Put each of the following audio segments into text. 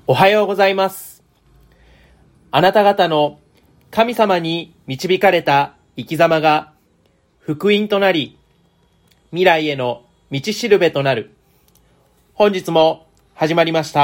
おはようございます。あなた方の神様に導かれた生き様が福音となり、未来への道しるべとなる。本日も始まりました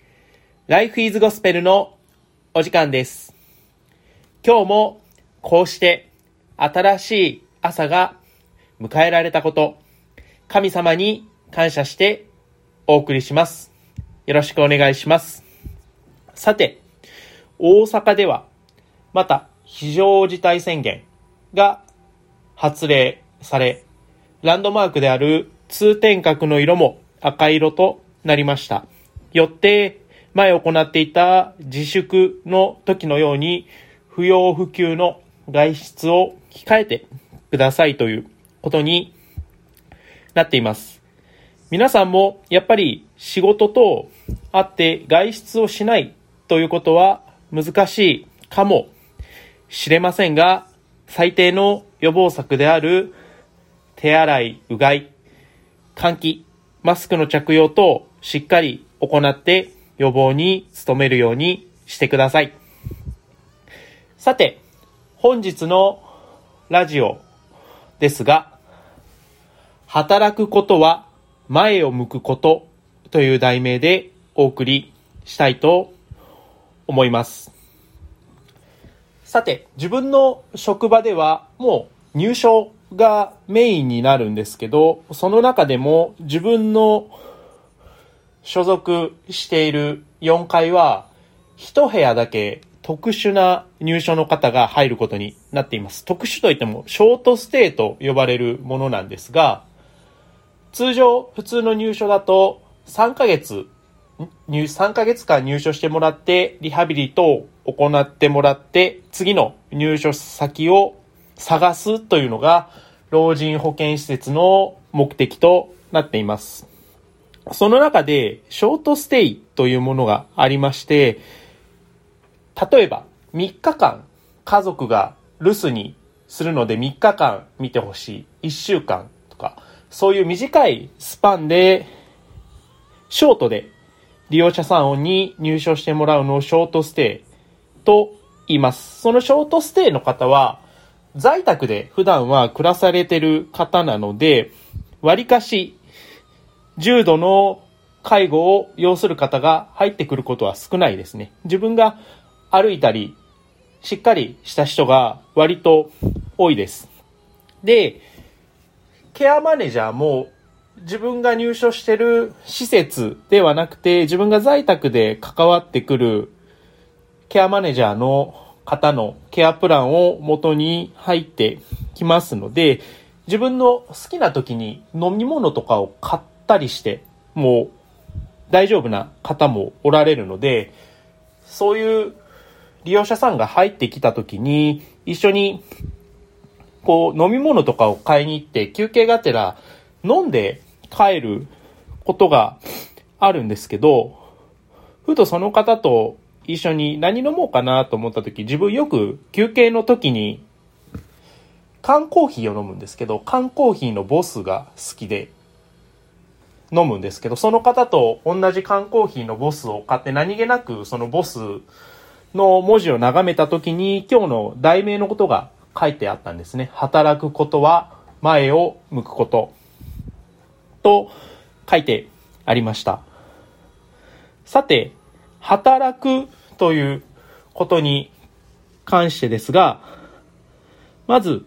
Life is Gospel のお時間です。今日もこうして新しい朝が迎えられたこと、神様に感謝してお送りします。よろしくお願いします。さて、大阪ではまた非常事態宣言が発令され、ランドマークである通天閣の色も赤色となりました。よって前行っていた自粛の時のように不要不急の外出を控えてくださいということになっています。皆さんもやっぱり仕事とあって外出をしないということは難しいかもしれませんが、最低の予防策である手洗い、うがい、換気、マスクの着用等しっかり行って予防に努めるようにしてください。さて、本日のラジオですが、働くことは前を向くことという題名でお送りしたいと思います。さて、自分の職場ではもう入所がメインになるんですけど、その中でも自分の所属している4階は一部屋だけ特殊な入所の方が入ることになっています。特殊といってもショートステイと呼ばれるものなんですが、通常普通の入所だと3ヶ月間入所してもらってリハビリ等を行ってもらって次の入所先を探すというのが老人保健施設の目的となっています。その中でショートステイというものがありまして、例えば3日間家族が留守にするので3日間見てほしい、1週間とか、そういう短いスパンでショートで利用者さんに入所してもらうのをショートステイと言います。そのショートステイの方は在宅で普段は暮らされている方なので、わりかし重度の介護を要する方が入ってくることは少ないですね。自分が歩いたりしっかりした人が割と多いです。で、ケアマネージャーも自分が入所している施設ではなくて、自分が在宅で関わってくるケアマネージャーの方のケアプランを元に入ってきますので、自分の好きな時に飲み物とかを買ったりしてもう大丈夫な方もおられるので、そういう利用者さんが入ってきた時に一緒に飲み物とかを買いに行って休憩がてら飲んで帰ることがあるんですけど、ふとその方と一緒に何飲もうかなと思った時、自分よく休憩の時に缶コーヒーを飲むんですけど、缶コーヒーのボスが好きで飲むんですけど、その方と同じ缶コーヒーのボスを買って何気なくそのボスの文字を眺めた時に今日の題名のことが書いてあったんですね。働くことは前を向くことと書いてありました。さて、働くということに関してですが、まず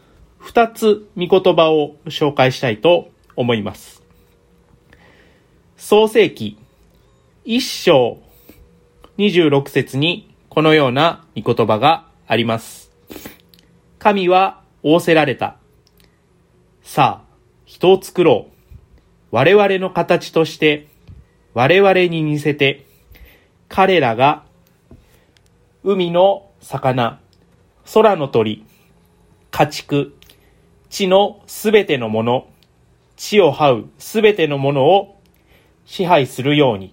2つ御言葉を紹介したいと思います。創世記1章26節にこのような御言葉があります。神は仰せられた。さあ、人を作ろう。我々の形として我々に似せて、彼らが海の魚、空の鳥、家畜、地のすべてのもの、地を這うすべてのものを支配するように。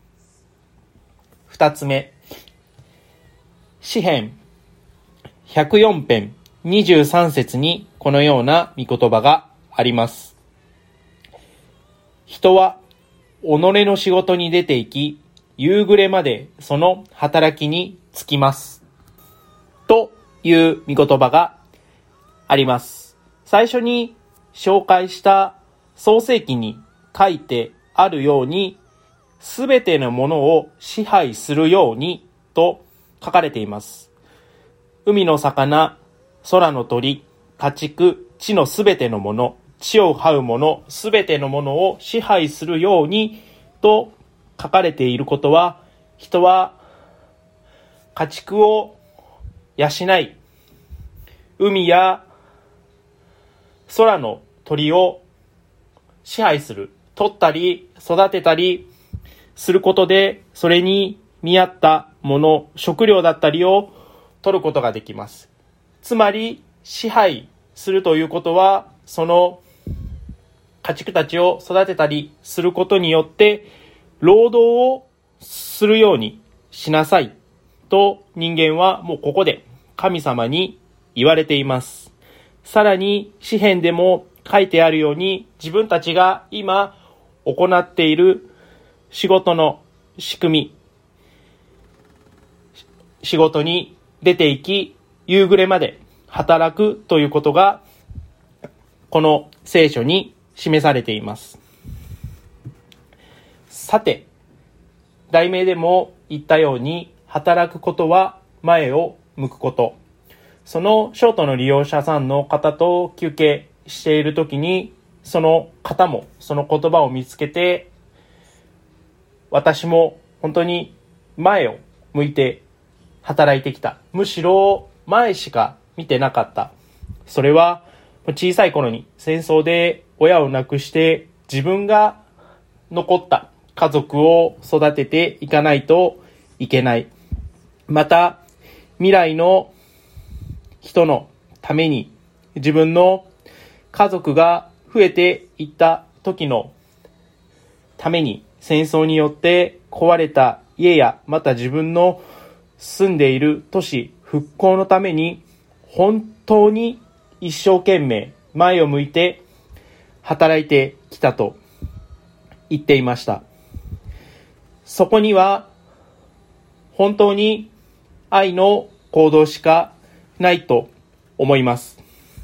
二つ目、詩編104編23節にこのような御言葉があります。人は己の仕事に出て行き、 夕暮れまでその働きに就きます。という御言葉があります。最初に紹介した創世記に書いてあるように、すべてのものを支配するようにと書かれています。海の魚、空の鳥、家畜、地のすべてのもの、地を這うもの、すべてのものを支配するようにと書かれていることは、人は家畜を養い、海や空の鳥を支配する、取ったり育てたりすることで、それに見合ったもの、食料だったりを取ることができます。つまり支配するということは、その家畜たちを育てたりすることによって労働をするようにしなさいと、人間はもうここで神様に言われています。さらに詩編でも書いてあるように、自分たちが今行っている仕事の仕組み、仕事に出ていき、夕暮れまで働くということがこの聖書に示されています。さて、題名でも言ったように、働くことは前を向くこと。そのショートの利用者さんの方と休憩しているときに、その方もその言葉を見つけて、私も本当に前を向いて働いてきた。むしろ前しか見てなかった。それは小さい頃に戦争で親を亡くして自分が残った家族を育てていかないといけない。また未来の人のために自分の家族が増えていった時のために、戦争によって壊れた家やまた自分の住んでいる都市復興のために本当に一生懸命前を向いて働いてきたと言っていました。そこには本当に愛の行動しかないと思います。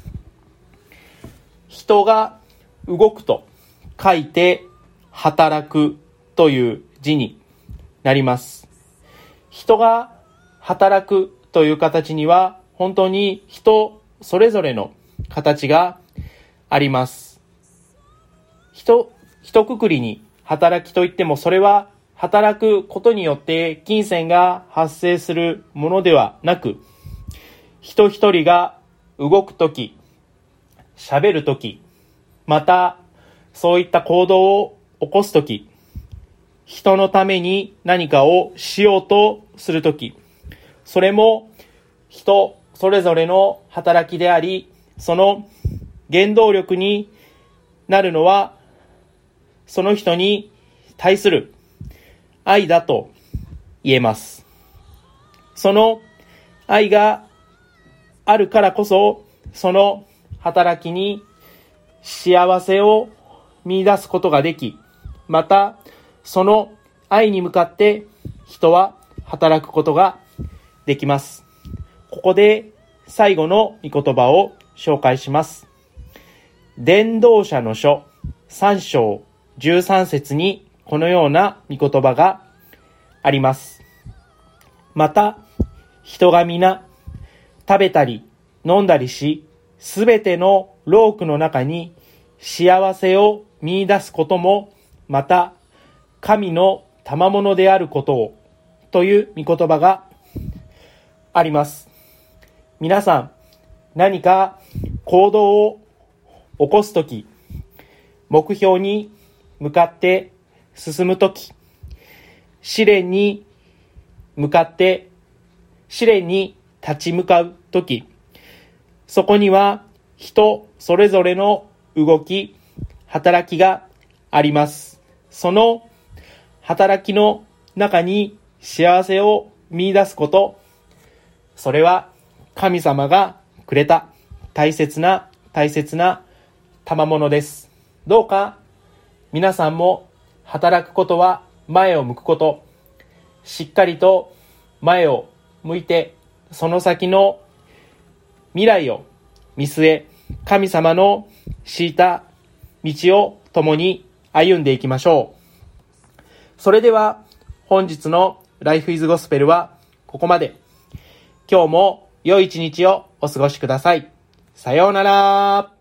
人が動くと書いて働くという字になります。人が働くという形には本当に人それぞれの形があります。一括りに働きといっても、それは働くことによって金銭が発生するものではなく、人一人が動くとき、喋るとき、またそういった行動を起こすとき、人のために何かをしようとするとき、それも人それぞれの働きであり、その原動力になるのはその人に対する愛だと言えます。その愛があるからこそ、その働きに幸せを見出すことができ、またその愛に向かって人は働くことができます。ここで最後の御言葉を紹介します。伝道者の書3章13節にこのような御言葉があります。また人が皆食べたり飲んだりし、すべての労苦の中に幸せを見出すことも、また神の賜物であることを、という御言葉があります。皆さん、何か行動を起こすとき、目標に向かって進むとき、試練に向かって試練に立ち向かうとき、そこには人それぞれの動き、働きがあります。その働きの中に幸せを見出すこと、それは神様がくれた大切な賜物です。どうか皆さんも働くことは前を向くこと、 しっかりと前を向いて、その先の未来を見据え、神様の敷いた道を共に歩んでいきましょう。それでは本日のLife is Gospel はここまで。今日も良い一日をお過ごしください。さようなら。